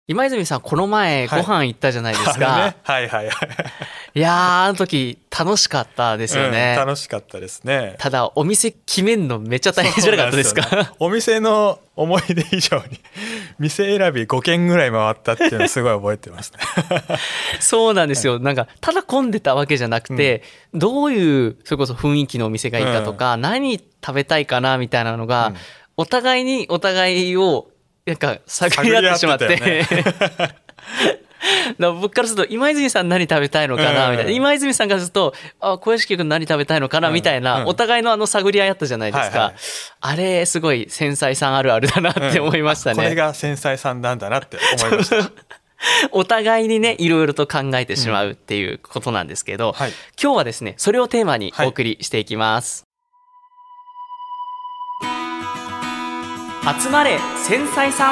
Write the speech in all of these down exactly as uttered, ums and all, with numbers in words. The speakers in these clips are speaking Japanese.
今泉さんこの前ご飯行ったじゃないですか、 はい、ね、はいはいはいいやーあの時楽しかったですよね、 うん、楽しかったですね。 ただお店決めんのめっちゃ大変じゃなかったですか？ そうなんですよね、お店の思い出以上に店選びごけんぐらい回ったっていうのすごい覚えてますねそうなんですよ、はい、なんかただ混んでたわけじゃなくて、うん、どういうそれこそ雰囲気のお店がいいかとか、うん、何食べたいかなみたいなのが、うん、お互いにお互いをなんか探り合ってしまって、だ僕からすると今泉さん何食べたいのかなみたいな、今泉さんからするとあ小屋敷君何食べたいのかなみたいな、お互いのあの探り合いあったじゃないですか、あれすごい繊細さんあるあるだなって思いましたね、 これが繊細さんなんだなって思いましたお互いにねいろいろと考えてしまうっていうことなんですけど、はい、今日はですねそれをテーマにお送りしていきます、はい、集まれ繊細さん。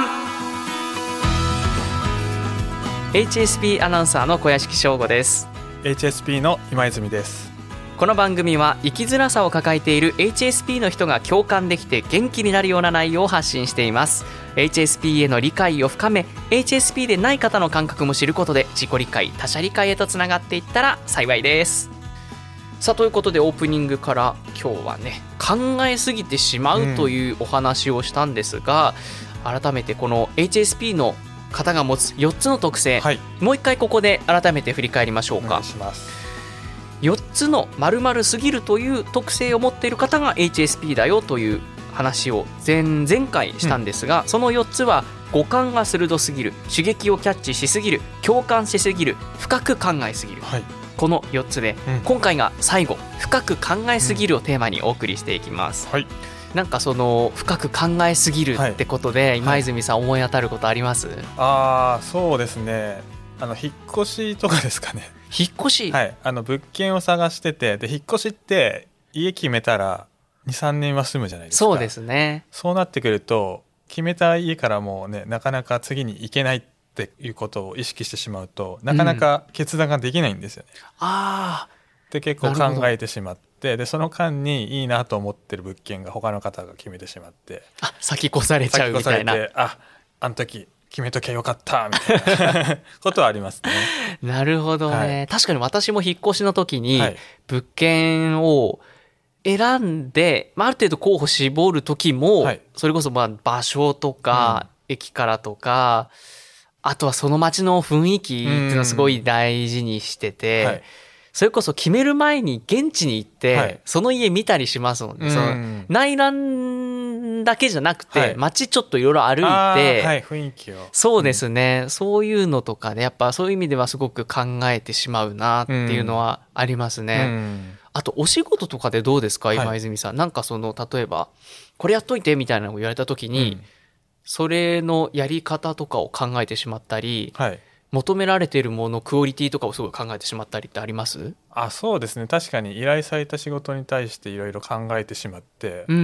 エイチエスピー アナウンサーの小屋敷翔吾です。 エイチエスピー の今泉です。 この番組は生きづらさを抱えている エイチエスピー の人が共感できて元気になるような内容を発信しています。 エイチエスピー への理解を深め エイチエスピー でない方の感覚も知ることで自己理解他者理解へとつながっていったら幸いです。さあということでオープニングから今日はね考えすぎてしまうというお話をしたんですが、うん、改めてこの エイチエスピー の方が持つよっつの特性、はい、もう一回ここで改めて振り返りましょうか。お願いします。よっつの〇〇すぎるという特性を持っている方が エイチエスピー だよという話を前々回したんですが、うん、そのよっつは五感が鋭すぎる、刺激をキャッチしすぎる、共感しすぎる、深く考えすぎる、はい、このよっつで、うん、今回が最後深く考えすぎるをテーマにお送りしていきます、うん、はい。なんかその深く考えすぎるってことで、はい、今泉さん思い当たることあります？ ああそうですね、あの引っ越しとかですかね。 引っ越し、 はい、あの物件を探してて、で引っ越しって家決めたら に,さん 年は住むじゃないですか。 そうですね。 そうなってくると決めた家からもうねなかなか次に行けないっていうことを意識してしまうとなかなか決断ができないんですよね、うん、 あーで結構考えてしまって、でその間にいいなと思ってる物件が他の方が決めてしまって、 あ先越されちゃうみたいな、 先越されて、ああの時決めときゃよかったみたいなことはありますね。 なるほどね、はい、確かに私も引っ越しの時に物件を選んで、まあ、ある程度候補絞る時も、はい、それこそまあ場所とか、うん、駅からとかあとはその街の雰囲気っていうのをすごい大事にしてて、はい、それこそ決める前に現地に行って、はい、その家見たりしますもんね、うん、その内覧だけじゃなくて、はい、街ちょっといろいろ歩いて、はい、 雰囲気をそうですね、うん、そういうのとかねやっぱそういう意味ではすごく考えてしまうなっていうのはありますね、うんうん、あとお仕事とかでどうですか今泉さん、はい、なんかその例えばこれやっといてみたいなのを言われた時に、うん、それのやり方とかを考えてしまったり、はい、求められているものクオリティとかをすごい考えてしまったりってあります？ あそうですね、確かに依頼された仕事に対していろいろ考えてしまって、うんうん、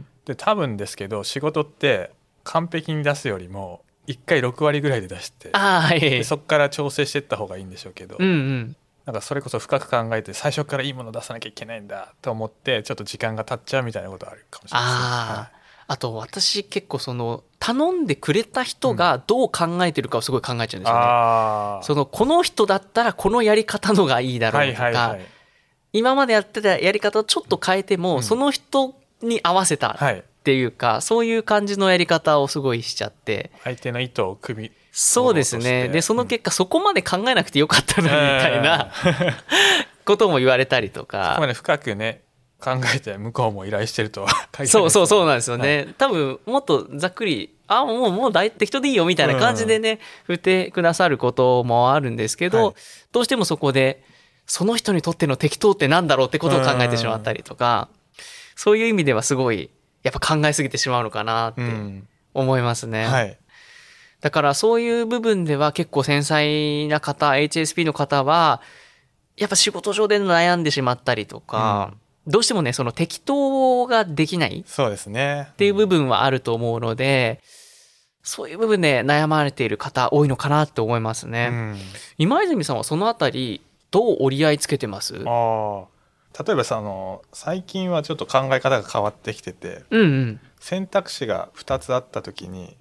で多分ですけど仕事って完璧に出すよりもいっかいろくわりぐらいで出して、あ、はい、でそこから調整していった方がいいんでしょうけど、うんうん、なんかそれこそ深く考えて最初からいいものを出さなきゃいけないんだと思ってちょっと時間が経っちゃうみたいなことはあるかもしれないですね。あ、はい、あと私結構その頼んでくれた人がどう考えてるかをすごい考えちゃうんですよね、うん、あそのこの人だったらこのやり方のがいいだろうとか、はいはいはい、今までやってたやり方をちょっと変えても、うん、その人に合わせたっていうか、はい、そういう感じのやり方をすごいしちゃって相手の意図を組みそうですね、でその結果、うん、そこまで考えなくてよかったのにみたいなことも言われたりとか、 そこまで深くね考えて向こうも依頼してるとは限らないですよね。 そうそうそうなんですよね、はい、多分もっとざっくりあもうもう大適当でいいよみたいな感じでね、うん、振ってくださることもあるんですけど、はい、どうしてもそこでその人にとっての適当ってなんだろうってことを考えてしまったりとか、うん、そういう意味ではすごいやっぱ考えすぎてしまうのかなって思いますね、うんはい、だからそういう部分では結構繊細な方 エイチエスピー の方はやっぱ仕事上で悩んでしまったりとか、うんどうしてもねその適当ができないそうですねっていう部分はあると思うので、そういう部分で悩まれている方多いのかなと思いますね、うん、今泉さんはそのあたりどう折り合いつけてます？ あ例えばさあの最近はちょっと考え方が変わってきてて、うんうん、選択肢がふたつあった時に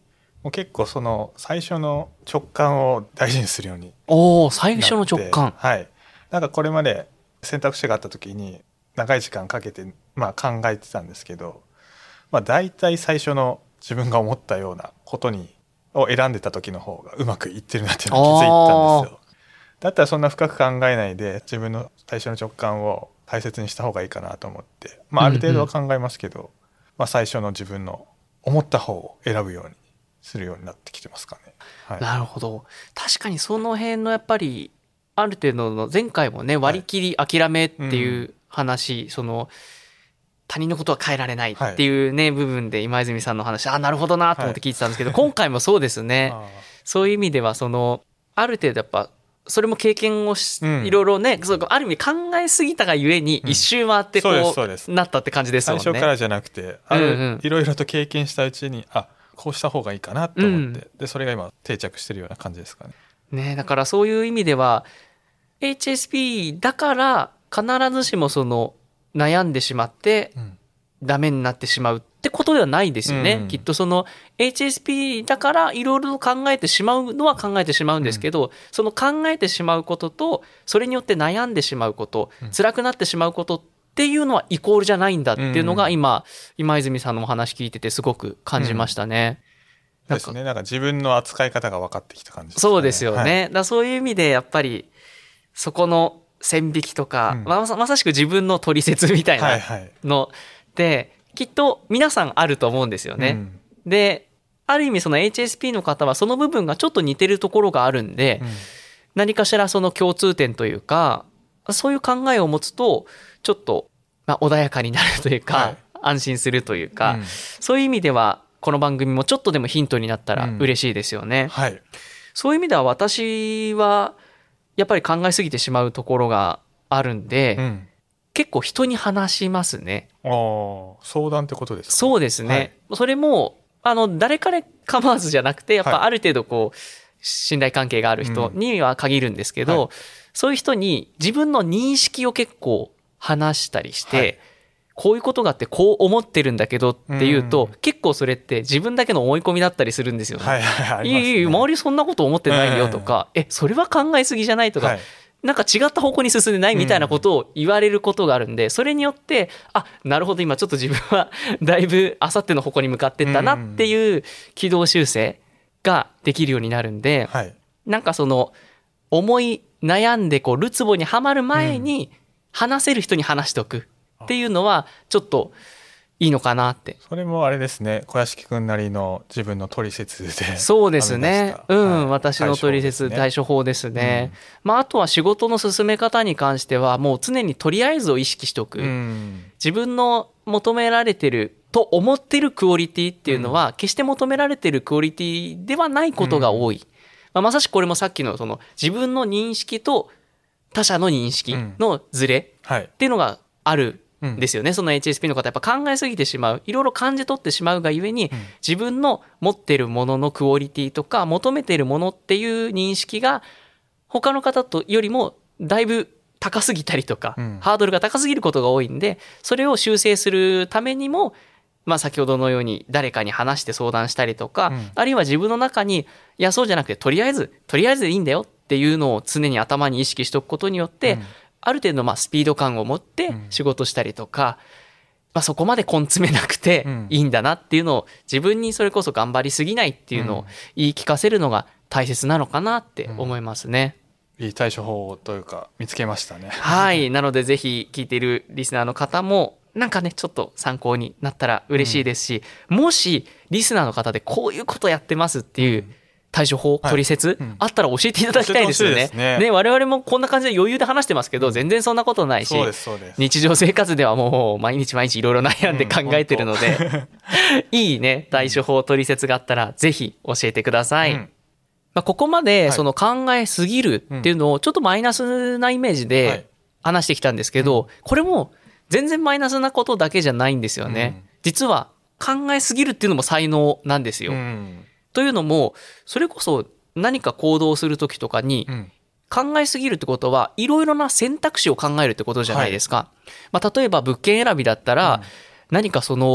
もう結構その最初の直感を大事にするように。 おお、最初の直感。 はい。なんかこれまで選択肢があった時に長い時間かけてまあ考えてたんですけど、まあ大体最初の自分が思ったようなことにを選んでた時の方がうまくいってるなっていうのを気づいたんですよ。だったらそんな深く考えないで自分の最初の直感を大切にした方がいいかなと思って、まあある程度は考えますけど、うんうん、まあ最初の自分の思った方を選ぶようにするようになってきてますかね。はい、 なるほど。確かにその辺のやっぱりある程度の前回もね、割り切り諦めっていう話、はい、うん、その他人のことは変えられないっていうね、はい、部分で今泉さんの話、あ、なるほどなと思って聞いてたんですけど、はい、今回もそうですね。そういう意味ではそのある程度やっぱそれも経験をし、うん、いろいろね、ある意味考えすぎたがゆえに一周回ってこう、うん、そうですそうです、なったって感じですもんね。 最初からじゃなくて、あるいろいろと経験したうちに、あ、こうした方がいいかなと思って、うん、でそれが今定着してるような感じですかね。 ね、だからそういう意味では エイチエスピー だから必ずしもその悩んでしまってダメになってしまうってことではないですよね、うん、きっとその エイチエスピー だからいろいろと考えてしまうのは考えてしまうんですけど、うん、その考えてしまうこととそれによって悩んでしまうこと、うん、辛くなってしまうことっていうのはイコールじゃないんだっていうのが今、うん、今泉さんのお話聞いててすごく感じましたね、 うん、ですね。なんか自分の扱い方が分かってきた感じですね。 そうですよね、はい、だそういう意味でやっぱりそこの線引きとか、うん、ま, まさしく自分の取説みたいなの、はいはい、できっと皆さんあると思うんですよね、うん、である意味その エイチエスピー の方はその部分がちょっと似てるところがあるんで、うん、何かしらその共通点というかそういう考えを持つとちょっと、まあ、穏やかになるというか、はい、安心するというか、うん、そういう意味ではこの番組もちょっとでもヒントになったら嬉しいですよね、うんはい、そういう意味では私はやっぱり考えすぎてしまうところがあるんで、うん、結構人に話しますね。 ああ、相談ってことですか？ そうですね、はい、それもあの誰彼構わずじゃなくてやっぱある程度こう、はい、信頼関係がある人には限るんですけど、うんはい、そういう人に自分の認識を結構話したりして、はい、こういうことがあってこう思ってるんだけどっていうと、うん、結構それって自分だけの思い込みだったりするんですよね。はいはい、いやいや周りそんなこと思ってないよとか、え, えそれは考えすぎじゃないとか、はい、なんか違った方向に進んでないみたいなことを言われることがあるんで、それによってあなるほど今ちょっと自分はだいぶあさっての方向に向かってったなっていう軌道修正ができるようになるんで、はい、なんかその思い悩んでこうるつぼにはまる前に話せる人に話しておくっていうのはちょっといいのかなって。 それもあれですね、小屋敷くんなりの自分の取説で。 そうですね、うん、はい、私の取説、対処法ですね、うん、まああとは仕事の進め方に関してはもう常にとりあえずを意識しておく、うん、自分の求められてると思ってるクオリティっていうのは、うん、決して求められてるクオリティではないことが多い、うんまあ、まさしくこれもさっきのその自分の認識と他者の認識のズレっていうのがあるですよね、うん、その エイチエスピー の方やっぱ考えすぎてしまう、いろいろ感じ取ってしまうがゆえに、うん、自分の持っているもののクオリティとか求めているものっていう認識が他の方とよりもだいぶ高すぎたりとか、うん、ハードルが高すぎることが多いんで、それを修正するためにも、まあ、先ほどのように誰かに話して相談したりとか、うん、あるいは自分の中にいやそうじゃなくてとりあえずとりあえずでいいんだよっていうのを常に頭に意識しておくことによって、うんある程度まあスピード感を持って仕事したりとか、うんまあ、そこまで根詰めなくていいんだなっていうのを自分にそれこそ頑張りすぎないっていうのを言い聞かせるのが大切なのかなって思いますね、 うん、いい対処法というか見つけましたね。 はいなのでぜひ聞いているリスナーの方もなんかねちょっと参考になったら嬉しいですし、うん、もしリスナーの方でこういうことやってますっていう、うん対処法、取説、はいうん、あったら教えていただきたいですよね。ね、ね我々もこんな感じで余裕で話してますけど、うん、全然そんなことないし、 そうですそうです日常生活ではもう毎日毎日いろいろ悩んで考えてるので、うん、いいね対処法、取説があったらぜひ教えてください。うんまあ、ここまでその考えすぎるっていうのをちょっとマイナスなイメージで話してきたんですけど、はい、これも全然マイナスなことだけじゃないんですよね。うん、実は考えすぎるっていうのも才能なんですよ。うんというのもそれこそ何か行動する時とかに考えすぎるってことはいろいろな選択肢を考えるってことじゃないですか、はいまあ、例えば物件選びだったら何かその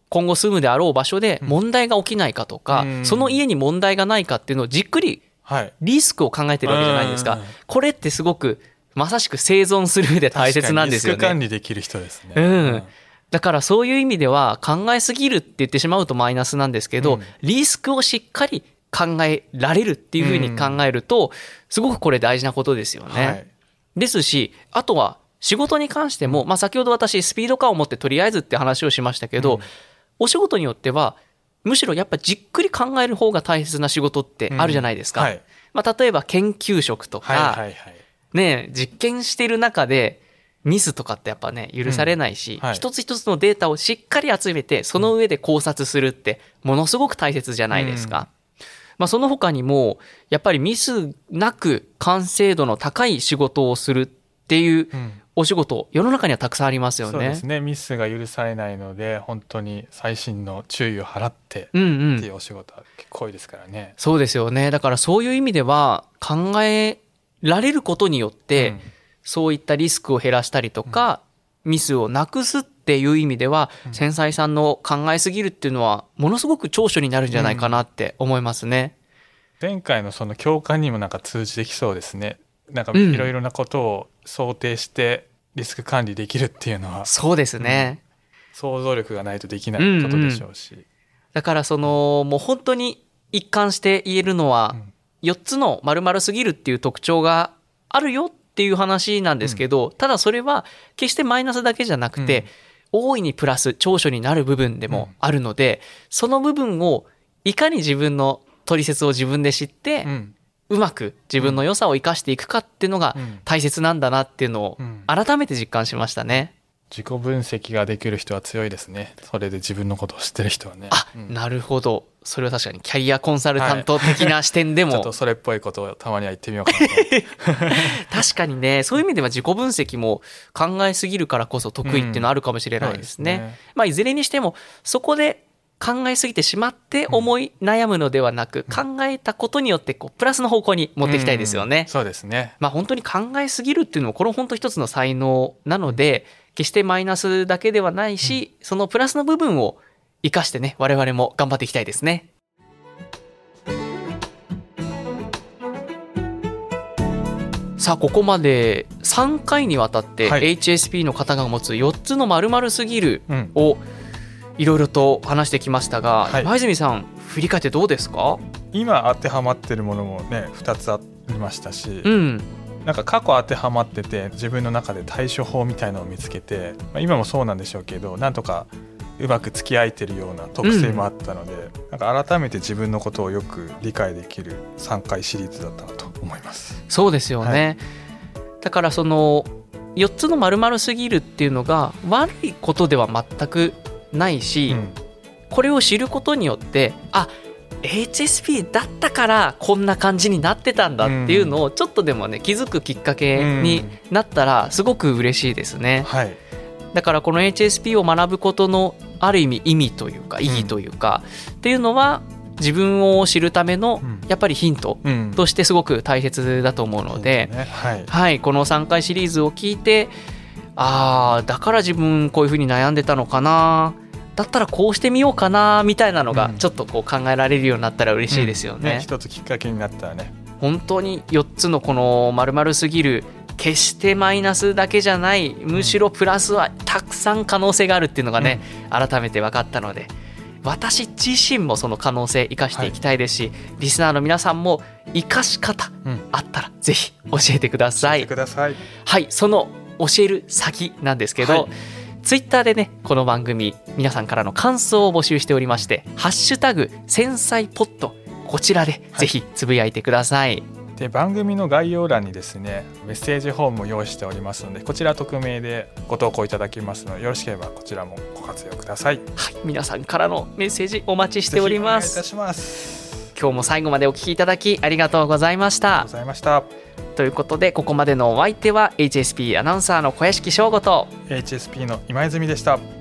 今後住むであろう場所で問題が起きないかとか、うん、その家に問題がないかっていうのをじっくりリスクを考えてるわけじゃないですか、はい、これってすごくまさしく生存する上で大切なんですよね。 リスク管理できる人ですね、 うん、だからそういう意味では考えすぎるって言ってしまうとマイナスなんですけど、うん、リスクをしっかり考えられるっていうふうに考えるとすごくこれ大事なことですよね、はい、ですし、あとは仕事に関しても、まあ、先ほど私スピード感を持ってとりあえずって話をしましたけど、うん、お仕事によってはむしろやっぱじっくり考える方が大切な仕事ってあるじゃないですか、うんはい、まあ、例えば研究職とか、はいはいはいね、実験している中でミスとかってやっぱね許されないし、うんはい、一つ一つのデータをしっかり集めてその上で考察するってものすごく大切じゃないですか、うん、まあ、その他にもやっぱりミスなく完成度の高い仕事をするっていうお仕事、世の中にはたくさんありますよね。 そうですね、ミスが許されないので本当に細心の注意を払ってっていうお仕事は結構多いですからね、うんうん、 そうですよね。だからそういう意味では考えられることによって、うん、そういったリスクを減らしたりとか、うん、ミスをなくすっていう意味では、うん、繊細さんの考えすぎるっていうのはものすごく長所になるんじゃないかなって思いますね、 うん、前回のその共感にもなんか通じてきそうですね。なんかいろいろなことを想定してリスク管理できるっていうのは、うん、 そうですね、 うん、想像力がないとできないことでしょうし、うんうん、 だからそのもう本当に一貫して言えるのは、うん、よっつの丸々すぎるっていう特徴があるよっていう話なんですけど、うん、ただそれは決してマイナスだけじゃなくて、うん、大いにプラス長所になる部分でもあるので、うん、その部分をいかに自分の取説を自分で知って、うんうまく自分の良さを生かしていくかっていうのが大切なんだなっていうのを改めて実感しましたね。 自己分析ができる人は強いですね。それで自分のことを知ってる人はね。 あ、うん、なるほど。それは確かにキャリアコンサルタント的な視点でも、 はい、ちょっとそれっぽいことをたまには言ってみようかなと確かにね、そういう意味では自己分析も考えすぎるからこそ得意っていうのはあるかもしれないですね、うん、そうですね。まあ、いずれにしてもそこで考えすぎてしまって思い悩むのではなく、うん、考えたことによってこうプラスの方向に持っていきたいですよね、 うん、そうですね。 まあ、本当に考えすぎるっていうのもこれ本当一つの才能なので、決してマイナスだけではないし、うん、そのプラスの部分を生かしてね、我々も頑張っていきたいですね。さあ、ここまでさんかいにわたって エイチエスピー の方が持つよっつの〇〇すぎるをいろいろと話してきましたが、はい、前泉さん振り返ってどうですか？ 今当てはまってるものもねふたつありましたし、 うん、 なんか過去当てはまってて自分の中で対処法みたいなのを見つけて、まあ、今もそうなんでしょうけどなんとかうまく付き合えてるような特性もあったので、うん、なんか改めて自分のことをよく理解できるさんかいシリーズだったなと思います。 そうですよね、はい、だからそのよっつの〇〇すぎるっていうのが悪いことでは全くないし、うん、これを知ることによってあ エイチエスピー だったからこんな感じになってたんだっていうのをちょっとでもね気づくきっかけになったらすごく嬉しいですね、 はい、 だからこの エイチエスピー を学ぶことのある意味意味というか意義というか、うん、っていうのは自分を知るためのやっぱりヒントとしてすごく大切だと思うので、 うんねはいはい、このさんかいシリーズを聞いてあーだから自分こういう風に悩んでたのかな、だったらこうしてみようかなみたいなのがちょっとこう考えられるようになったら嬉しいですよね、うんうんね、 一つきっかけになったらね本当によっつのこの丸々すぎる決してマイナスだけじゃないむしろプラスはたくさん可能性があるっていうのがね、うん、改めて分かったので私自身もその可能性生かしていきたいですし、はい、リスナーの皆さんも生かし方あったらぜひ教えてください、 教えてください。 はい、その教える先なんですけど、はい、ツイッターでねこの番組皆さんからの感想を募集しておりましてハッシュタグ繊細ポッドこちらでぜひつぶやいてください、はい、 で番組の概要欄にですねメッセージフォームを用意しておりますのでこちら匿名でご投稿いただけますのでよろしければこちらもご活用ください。 はい、皆さんからのメッセージお待ちしております。 ぜひお願いいたします。 今日も最後までお聞きいただきありがとうございました。 ありがとうございました。 ということでここまでのお相手は エイチエスピー アナウンサーの小屋敷翔吾とエイチエスピー の今泉でした。